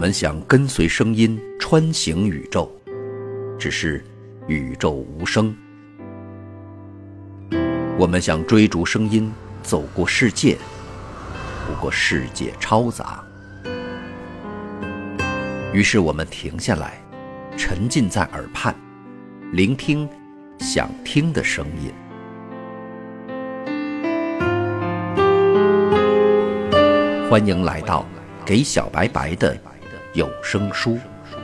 们想跟随声音穿行宇宙，只是宇宙无声。我们想追逐声音，走过世界，不过世界嘈杂。于是我们停下来，沉浸在耳畔，聆听想听的声音。欢迎来到给小白白的有声书。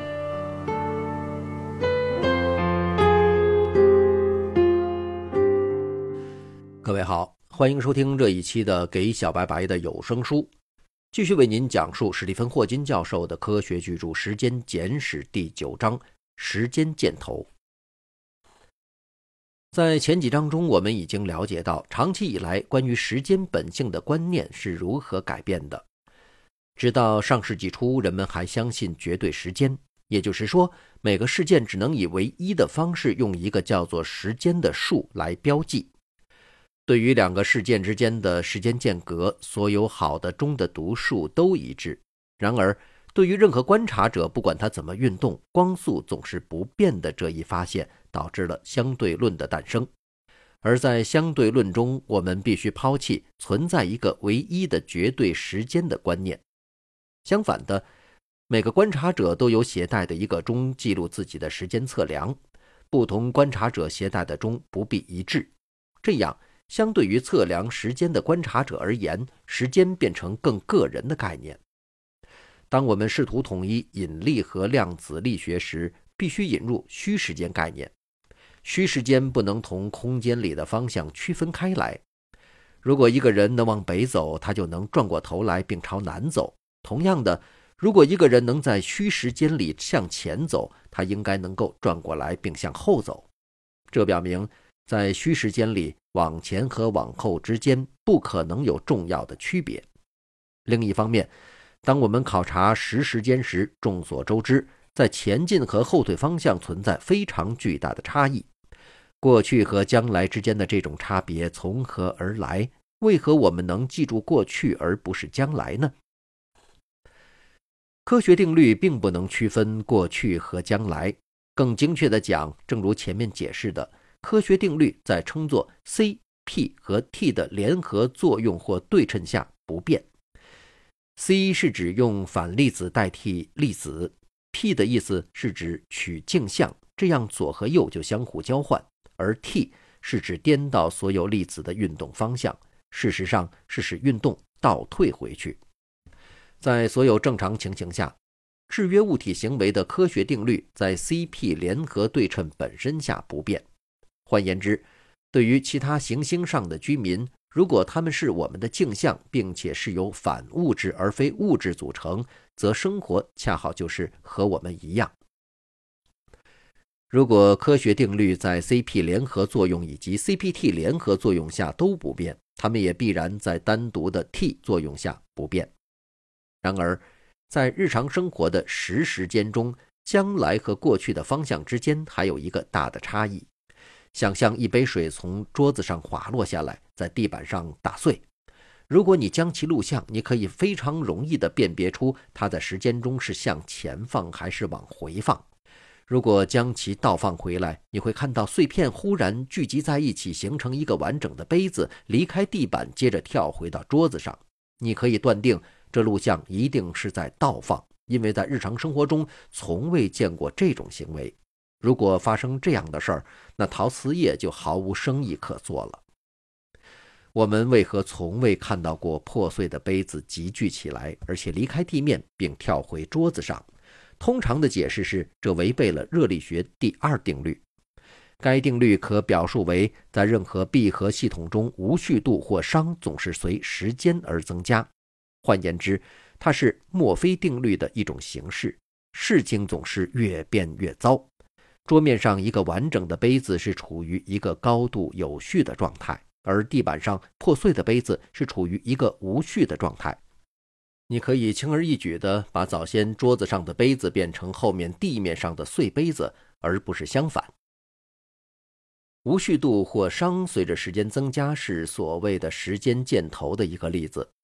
各位好，欢迎收听这一期的给小白白的有声书，继续为您讲述史蒂芬·霍金教授的科学巨著《时间简史》第9章时间箭头。在前几章中，我们已经了解到长期以来关于时间本性的观念是如何改变的。直到上世纪初，人们还相信绝对时间，也就是说，每个事件只能以唯一的方式用一个叫做时间的数来标记。对于两个事件之间的时间间隔，所有好的中的读数都一致。然而，对于任何观察者，不管他怎么运动，光速总是不变的这一发现，导致了相对论的诞生。而在相对论中，我们必须抛弃存在一个唯一的绝对时间的观念。相反的，每个观察者都有携带的一个钟记录自己的时间测量，不同观察者携带的钟不必一致。这样，相对于测量时间的观察者而言，时间变成更个人的概念。当我们试图统一引力和量子力学时，必须引入虚时间概念。虚时间不能同空间里的方向区分开来。如果一个人能往北走，他就能转过头来并朝南走。同样的，如果一个人能在虚时间里向前走，他应该能够转过来并向后走。这表明，在虚时间里，往前和往后之间不可能有重要的区别。另一方面，当我们考察实时间时，众所周知，在前进和后退方向存在非常巨大的差异。过去和将来之间的这种差别从何而来？为何我们能记住过去而不是将来呢？科学定律并不能区分过去和将来。更精确地讲，正如前面解释的，科学定律在称作 C、P 和 T 的联合作用或对称下不变。C 是指用反粒子代替粒子， P 的意思是指取镜像，这样左和右就相互交换，而 T 是指颠倒所有粒子的运动方向，事实上是使运动倒退回去。在所有正常情形下，制约物体行为的科学定律在 CP 联合对称本身下不变。换言之，对于其他行星上的居民，如果他们是我们的镜像，并且是由反物质而非物质组成，则生活恰好就是和我们一样。如果科学定律在 CP 联合作用以及 CPT 联合作用下都不变，它们也必然在单独的 T 作用下不变。然而，在日常生活的实时间中，将来和过去的方向之间还有一个大的差异。想象一杯水从桌子上滑落下来，在地板上打碎。如果你将其录像，你可以非常容易地辨别出它在时间中是向前放还是往回放。如果将其倒放回来，你会看到碎片忽然聚集在一起，形成一个完整的杯子，离开地板，接着跳回到桌子上。你可以断定这录像一定是在倒放，因为在日常生活中从未见过这种行为。如果发生这样的事儿，那陶瓷业就毫无生意可做了。我们为何从未看到过破碎的杯子集聚起来，而且离开地面并跳回桌子上？通常的解释是，这违背了热力学第2定律。该定律可表述为，在任何闭合系统中，无序度或熵总是随时间而增加。换言之，它是墨菲定律的一种形式，事情总是越变越糟。桌面上一个完整的杯子是处于一个高度有序的状态，而地板上破碎的杯子是处于一个无序的状态。你可以轻而易举地把早先桌子上的杯子变成后面地面上的碎杯子，而不是相反。无序度或熵随着时间增加是所谓的时间箭头的一个例子。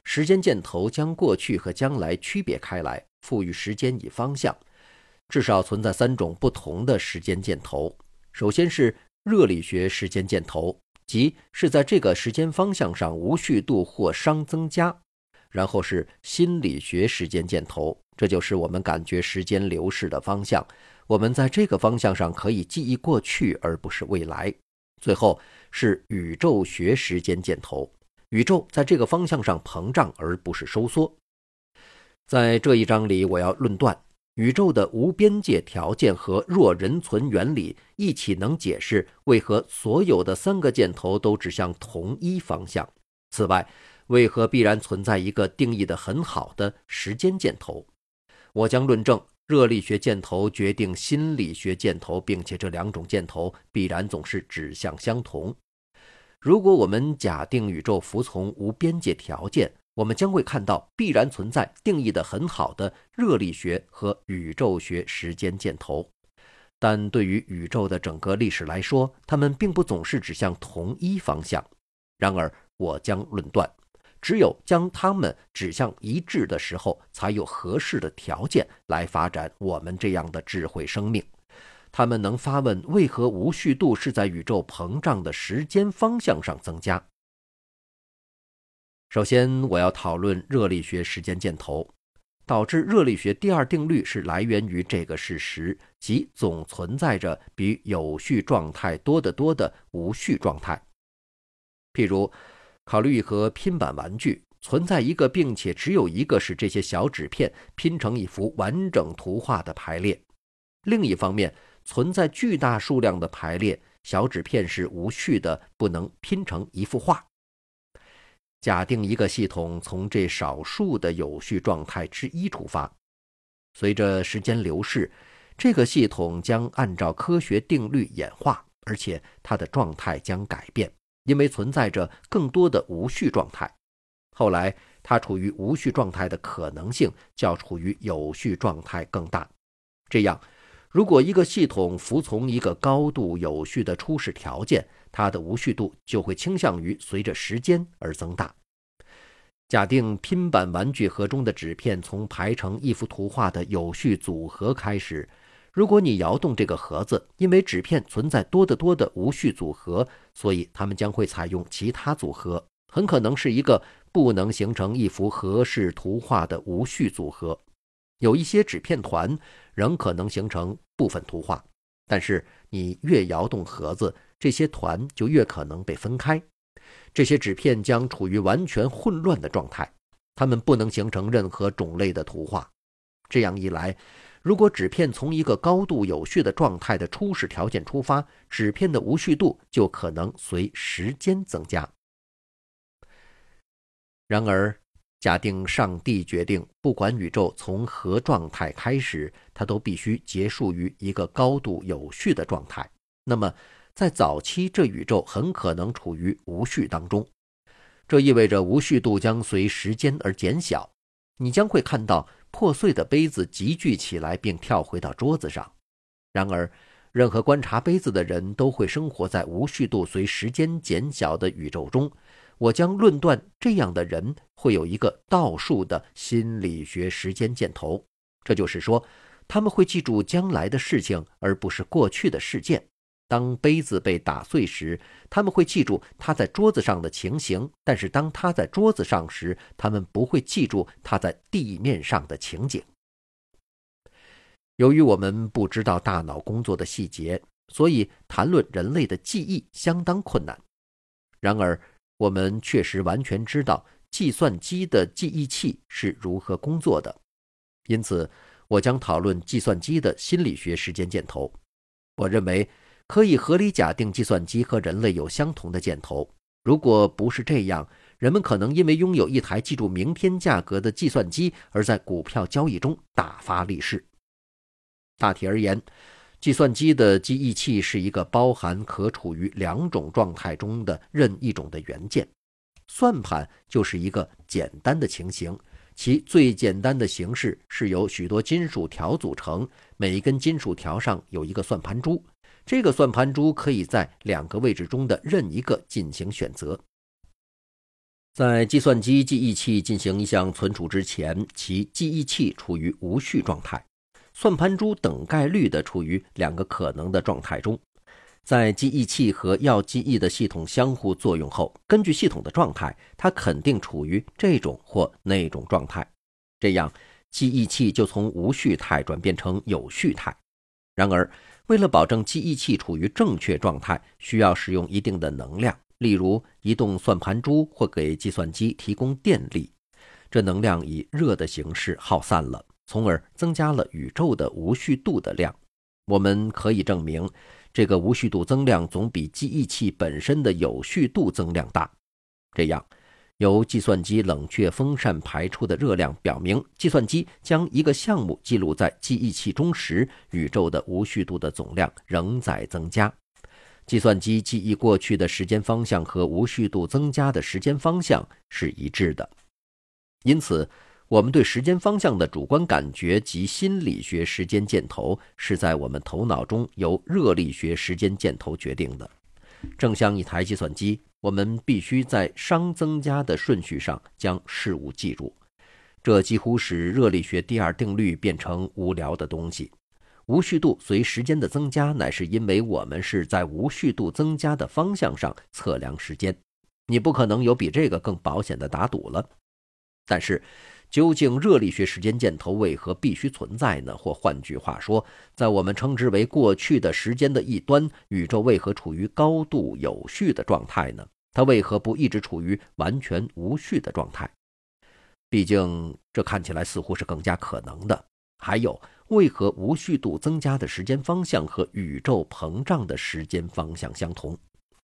时间箭头将过去和将来区别开来，赋予时间以方向。至少存在3种不同的时间箭头。首先是热力学时间箭头，即是在这个时间方向上无序度或熵增加。然后是心理学时间箭头，这就是我们感觉时间流逝的方向。我们在这个方向上可以记忆过去而不是未来。最后是宇宙学时间箭头，宇宙在这个方向上膨胀而不是收缩。在这一章里，我要论断宇宙的无边界条件和弱人存原理一起能解释为何所有的3个箭头都指向同一方向。此外，为何必然存在一个定义得很好的时间箭头？我将论证热力学箭头决定心理学箭头，并且这2种箭头必然总是指向相同。如果我们假定宇宙服从无边界条件，我们将会看到必然存在定义得很好的热力学和宇宙学时间箭头。但对于宇宙的整个历史来说，它们并不总是指向同一方向。然而，我将论断，只有将它们指向一致的时候，才有合适的条件来发展我们这样的智慧生命。他们能发问为何无序度是在宇宙膨胀的时间方向上增加。首先，我要讨论热力学时间箭头。导致热力学第2定律是来源于这个事实，即总存在着比有序状态多得多的无序状态。譬如，考虑一盒拼板玩具，存在一个并且只有一个使这些小纸片拼成一幅完整图画的排列。另一方面，存在巨大数量的排列，小纸片是无序的，不能拼成一幅画。假定一个系统从这少数的有序状态之一出发，随着时间流逝，这个系统将按照科学定律演化，而且它的状态将改变，因为存在着更多的无序状态。后来，它处于无序状态的可能性较处于有序状态更大。这样，如果一个系统服从一个高度有序的初始条件，它的无序度就会倾向于随着时间而增大。假定拼板玩具盒中的纸片从排成一幅图画的有序组合开始，如果你摇动这个盒子，因为纸片存在多得多的无序组合，所以它们将会采用其他组合，很可能是一个不能形成一幅合适图画的无序组合。有一些纸片团仍可能形成部分图画，但是你越摇动盒子，这些团就越可能被分开。这些纸片将处于完全混乱的状态，它们不能形成任何种类的图画。这样一来，如果纸片从一个高度有序的状态的初始条件出发，纸片的无序度就可能随时间增加。然而，假定上帝决定，不管宇宙从何状态开始，它都必须结束于一个高度有序的状态，那么在早期，这宇宙很可能处于无序当中。这意味着无序度将随时间而减小，你将会看到破碎的杯子集聚起来并跳回到桌子上。然而，任何观察杯子的人都会生活在无序度随时间减小的宇宙中。我将论断这样的人会有一个倒数的心理学时间箭头，这就是说，他们会记住将来的事情，而不是过去的事件。当杯子被打碎时，他们会记住它在桌子上的情形，但是当它在桌子上时，他们不会记住它在地面上的情景。由于我们不知道大脑工作的细节，所以谈论人类的记忆相当困难。然而，我们确实完全知道计算机的记忆器是如何工作的。因此，我将讨论计算机的心理学时间箭头。我认为可以合理假定计算机和人类有相同的箭头。如果不是这样，人们可能因为拥有一台记住明天价格的计算机而在股票交易中大发利市。大体而言，计算机的记忆器是一个包含可处于2种状态中的任一种的元件。算盘就是一个简单的情形，其最简单的形式是由许多金属条组成，每一根金属条上有一个算盘珠，这个算盘珠可以在2个位置中的任一个进行选择。 在计算机记忆器进行一项存储之前，其记忆器处于无序状态，算盘珠等概率地处于两个可能的状态中。在记忆器和要记忆的系统相互作用后，根据系统的状态，它肯定处于这种或那种状态，这样记忆器就从无序态转变成有序态。然而，为了保证记忆器处于正确状态，需要使用一定的能量，例如移动算盘珠或给计算机提供电力。这能量以热的形式耗散了，从而增加了宇宙的无序度的量。我们可以证明，这个无序度增量总比记忆器本身的有序度增量大。这样，由计算机冷却风扇排出的热量表明，计算机将一个项目记录在记忆器中时，宇宙的无序度的总量仍在增加。计算机记忆过去的时间方向和无序度增加的时间方向是一致的。因此，我们对时间方向的主观感觉及心理学时间箭头是在我们头脑中由热力学时间箭头决定的。正像一台计算机，我们必须在熵增加的顺序上将事物记住，这几乎使热力学第二定律变成无聊的东西。无序度随时间的增加，乃是因为我们是在无序度增加的方向上测量时间。你不可能有比这个更保险的打赌了。但是，究竟热力学时间箭头为何必须存在呢？或换句话说，在我们称之为过去的时间的一端，宇宙为何处于高度有序的状态呢？它为何不一直处于完全无序的状态？毕竟，这看起来似乎是更加可能的。还有，为何无序度增加的时间方向和宇宙膨胀的时间方向相同？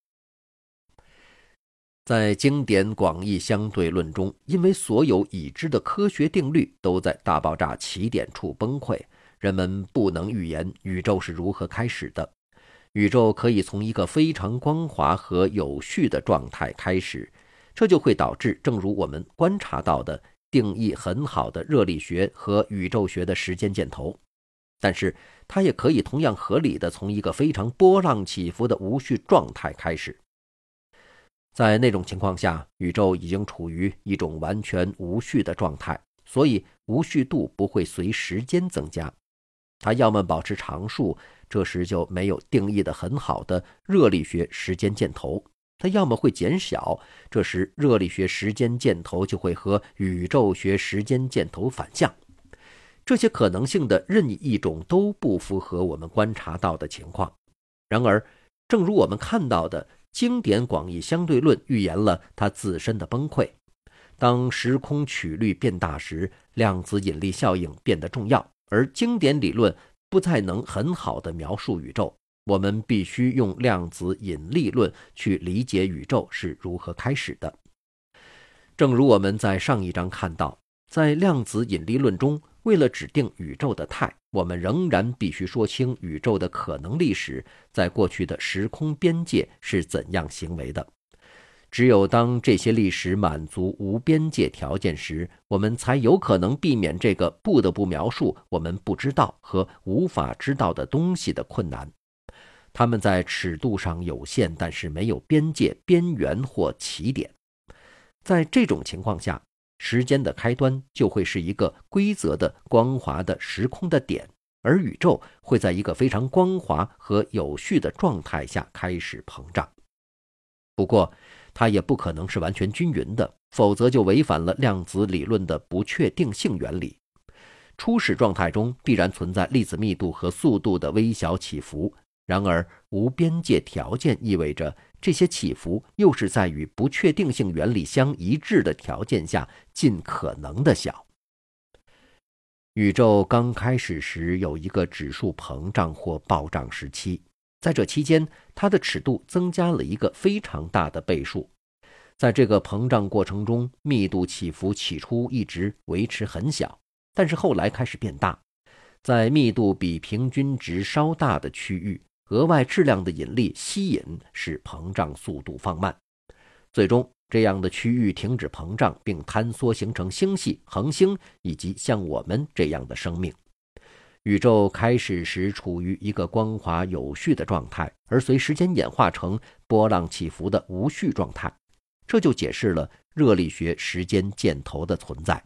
在经典广义相对论中，因为所有已知的科学定律都在大爆炸起点处崩溃，人们不能预言宇宙是如何开始的。宇宙可以从一个非常光滑和有序的状态开始，这就会导致正如我们观察到的定义很好的热力学和宇宙学的时间箭头。但是它也可以同样合理的从一个非常波浪起伏的无序状态开始。在那种情况下，宇宙已经处于一种完全无序的状态，所以无序度不会随时间增加。它要么保持常数，这时就没有定义的很好的热力学时间箭头；它要么会减小，这时热力学时间箭头就会和宇宙学时间箭头反向。这些可能性的任意一种都不符合我们观察到的情况。然而，正如我们看到的，经典广义相对论预言了它自身的崩溃。当时空曲率变大时，量子引力效应变得重要，而经典理论不再能很好地描述宇宙。我们必须用量子引力论去理解宇宙是如何开始的。正如我们在上一章看到，在量子引力论中，为了指定宇宙的态，我们仍然必须说清宇宙的可能历史在过去的时空边界是怎样行为的。只有当这些历史满足无边界条件时，我们才有可能避免这个不得不描述我们不知道和无法知道的东西的困难。它们在尺度上有限，但是没有边界、边缘或起点。在这种情况下，时间的开端就会是一个规则的光滑的时空的点，而宇宙会在一个非常光滑和有序的状态下开始膨胀。不过，它也不可能是完全均匀的，否则就违反了量子理论的不确定性原理。初始状态中必然存在粒子密度和速度的微小起伏，然而无边界条件意味着这些起伏又是在与不确定性原理相一致的条件下尽可能的小。宇宙刚开始时有一个指数膨胀或暴胀时期，在这期间，它的尺度增加了一个非常大的倍数。在这个膨胀过程中，密度起伏起初一直维持很小，但是后来开始变大。在密度比平均值稍大的区域，额外质量的引力吸引使膨胀速度放慢。最终，这样的区域停止膨胀并坍缩形成星系、恒星以及像我们这样的生命。宇宙开始时处于一个光滑有序的状态，而随时间演化成波浪起伏的无序状态。 这就解释了热力学时间箭头的存在。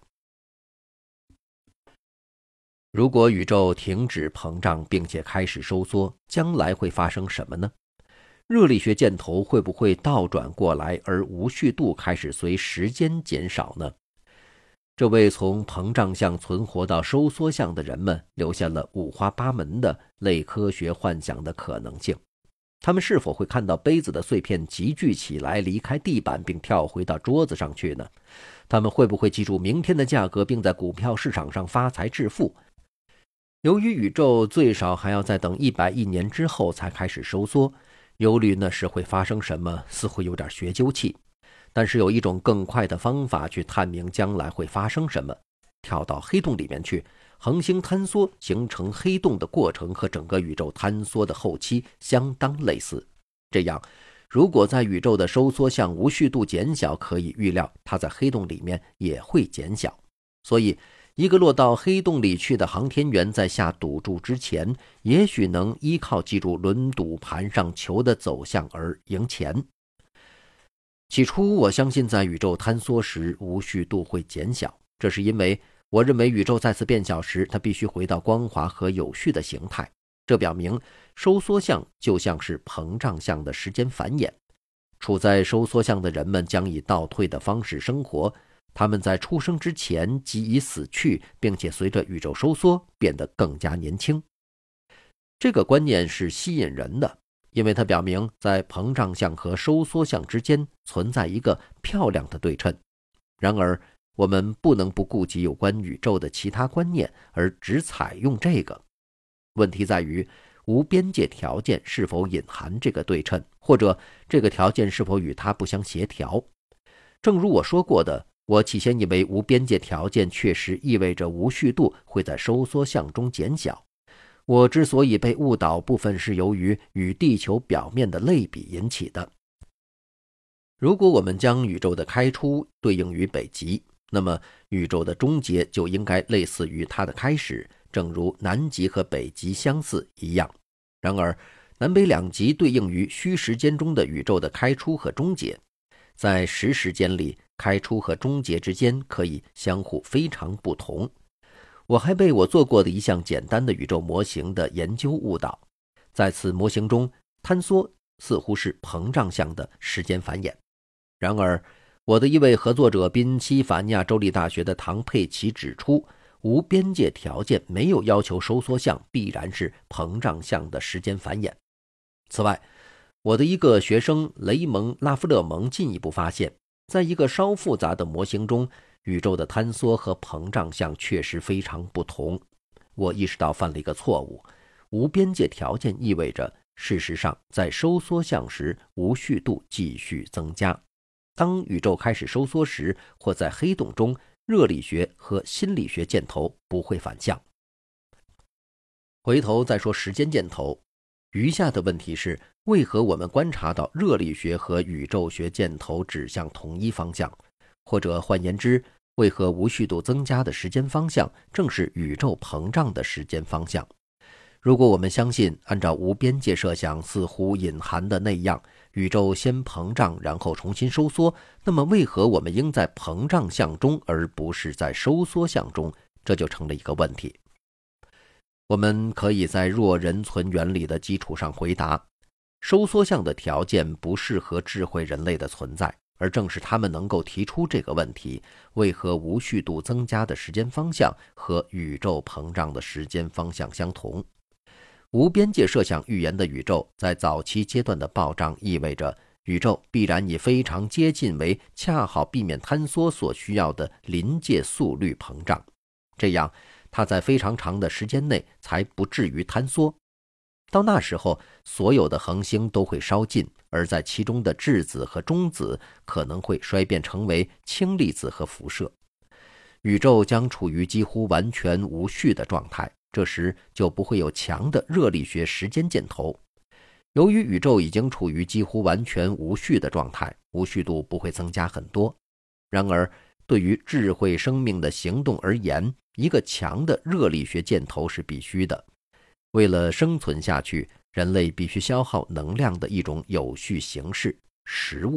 如果宇宙停止膨胀并且开始收缩，将来会发生什么呢？热力学箭头会不会倒转过来，而无序度开始随时间减少呢？这为从膨胀相存活到收缩相的人们留下了五花八门的类科学幻想的可能性。他们是否会看到杯子的碎片集聚起来，离开地板并跳回到桌子上去呢？他们会不会记住明天的价格，并在股票市场上发财致富？由于宇宙最少还要再等100亿年之后才开始收缩，忧虑那时会发生什么似乎有点学究气。但是有一种更快的方法去探明将来会发生什么，跳到黑洞里面去。恒星坍缩形成黑洞的过程和整个宇宙坍缩的后期相当类似。这样，如果在宇宙的收缩相无序度减小，可以预料它在黑洞里面也会减小。所以一个落到黑洞里去的航天员在下赌注之前，也许能依靠记住轮赌盘上球的走向而赢钱。起初我相信在宇宙坍缩时无序度会减小，这是因为我认为宇宙再次变小时，它必须回到光滑和有序的形态。这表明收缩相就像是膨胀相的时间繁衍。处在收缩相的人们将以倒退的方式生活，他们在出生之前即已死去，并且随着宇宙收缩变得更加年轻。这个观念是吸引人的，因为它表明在膨胀相和收缩相之间存在一个漂亮的对称。然而我们不能不顾及有关宇宙的其他观念，而只采用这个。问题在于无边界条件是否隐含这个对称，或者这个条件是否与它不相协调。正如我说过的，我起先以为无边界条件确实意味着无序度会在收缩相中减小。我之所以被误导，部分是由于与地球表面的类比引起的。如果我们将宇宙的开出对应于北极，那么宇宙的终结就应该类似于它的开始，正如南极和北极相似一样。然而南北两极对应于虚时间中的宇宙的开出和终结。在实时间里，开出和终结之间可以相互非常不同。我还被我做过的一项简单的宇宙模型的研究误导。在此模型中，坍缩似乎是膨胀相的时间繁衍。然而我的一位合作者宾夕法尼亚州立大学的唐佩奇指出，无边界条件没有要求收缩相必然是膨胀相的时间繁衍。此外，我的一个学生雷蒙·拉夫勒蒙进一步发现，在一个稍复杂的模型中，宇宙的坍缩和膨胀相确实非常不同。我意识到犯了一个错误，无边界条件意味着事实上在收缩相时无序度继续增加。当宇宙开始收缩时，或在黑洞中，热力学和心理学箭头不会反向。回头再说时间箭头，余下的问题是，为何我们观察到热力学和宇宙学箭头指向同一方向？或者换言之，为何无序度增加的时间方向正是宇宙膨胀的时间方向？如果我们相信按照无边界设想似乎隐含的那样，宇宙先膨胀然后重新收缩，那么为何我们应在膨胀相中而不是在收缩相中？这就成了一个问题。我们可以在弱人存原理的基础上回答，收缩相的条件不适合智慧人类的存在，而正是他们能够提出这个问题：为何无序度增加的时间方向和宇宙膨胀的时间方向相同？无边界设想预言的宇宙在早期阶段的暴胀意味着宇宙必然以非常接近为恰好避免坍缩所需要的临界速率膨胀，这样它在非常长的时间内才不至于坍缩。到那时候，所有的恒星都会烧尽，而在其中的质子和中子可能会衰变成为氢粒子和辐射。宇宙将处于几乎完全无序的状态，这时就不会有强的热力学时间箭头。由于宇宙已经处于几乎完全无序的状态，无序度不会增加很多。然而对于智慧生命的行动而言，一个强的热力学箭头是必须的。为了生存下去，人类必须消耗能量的一种有序形式——食物，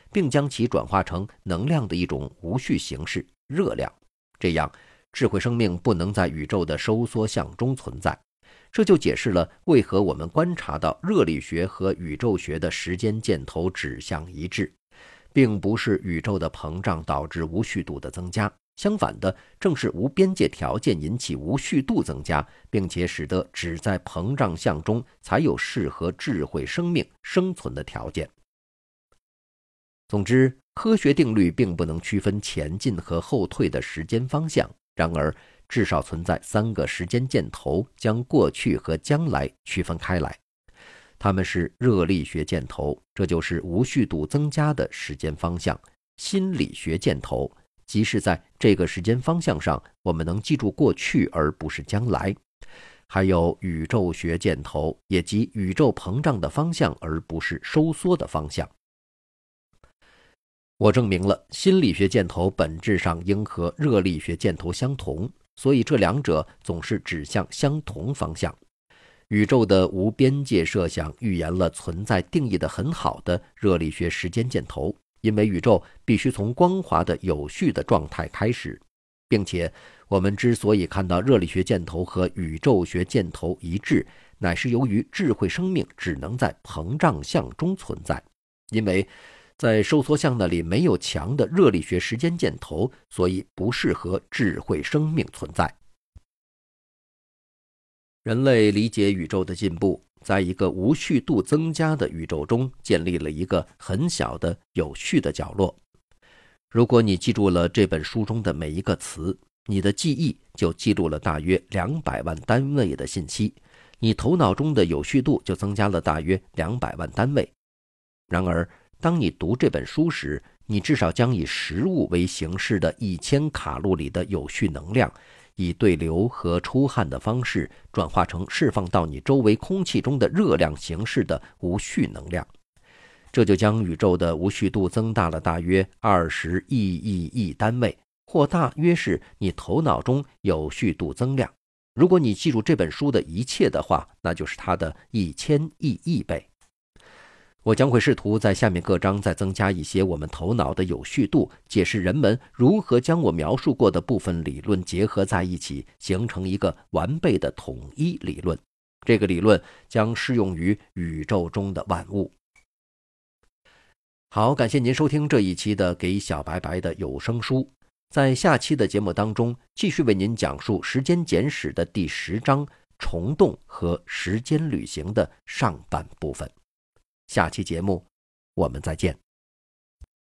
并将其转化成能量的一种无序形式——热量。这样，智慧生命不能在宇宙的收缩相中存在。这就解释了为何我们观察到热力学和宇宙学的时间箭头指向一致，并不是宇宙的膨胀导致无序度的增加，相反的，正是无边界条件引起无序度增加，并且使得只在膨胀相中才有适合智慧生命生存的条件。总之，科学定律并不能区分前进和后退的时间方向，然而至少存在3个时间箭头将过去和将来区分开来。它们是热力学箭头，这就是无序度增加的时间方向；心理学箭头，即是在这个时间方向上我们能记住过去而不是将来；还有宇宙学箭头，也即宇宙膨胀的方向而不是收缩的方向。我证明了心理学箭头本质上应和热力学箭头相同，所以这两者总是指向相同方向。宇宙的无边界设想预言了存在定义得很好的热力学时间箭头，因为宇宙必须从光滑的有序的状态开始，并且我们之所以看到热力学箭头和宇宙学箭头一致，乃是由于智慧生命只能在膨胀相中存在，因为在收缩相那里没有强的热力学时间箭头，所以不适合智慧生命存在。人类理解宇宙的进步，在一个无序度增加的宇宙中建立了一个很小的有序的角落。如果你记住了这本书中的每一个词，你的记忆就记录了大约200万单位的信息，你头脑中的有序度就增加了大约200万单位。然而当你读这本书时，你至少将以食物为形式的1000卡路里的有序能量，以对流和出汗的方式转化成释放到你周围空气中的热量形式的无序能量。这就将宇宙的无序度增大了大约20亿单位，或大约是你头脑中有序度增量。如果你记住这本书的一切的话，那就是它的1000亿倍。我将会试图在下面各章再增加一些我们头脑的有序度，解释人们如何将我描述过的部分理论结合在一起，形成一个完备的统一理论。这个理论将适用于宇宙中的万物。好，感谢您收听这一期的给小白白的有声书。在下期的节目当中，继续为您讲述《时间简史》的第10章虫洞和时间旅行的上半部分。下期节目我们再见。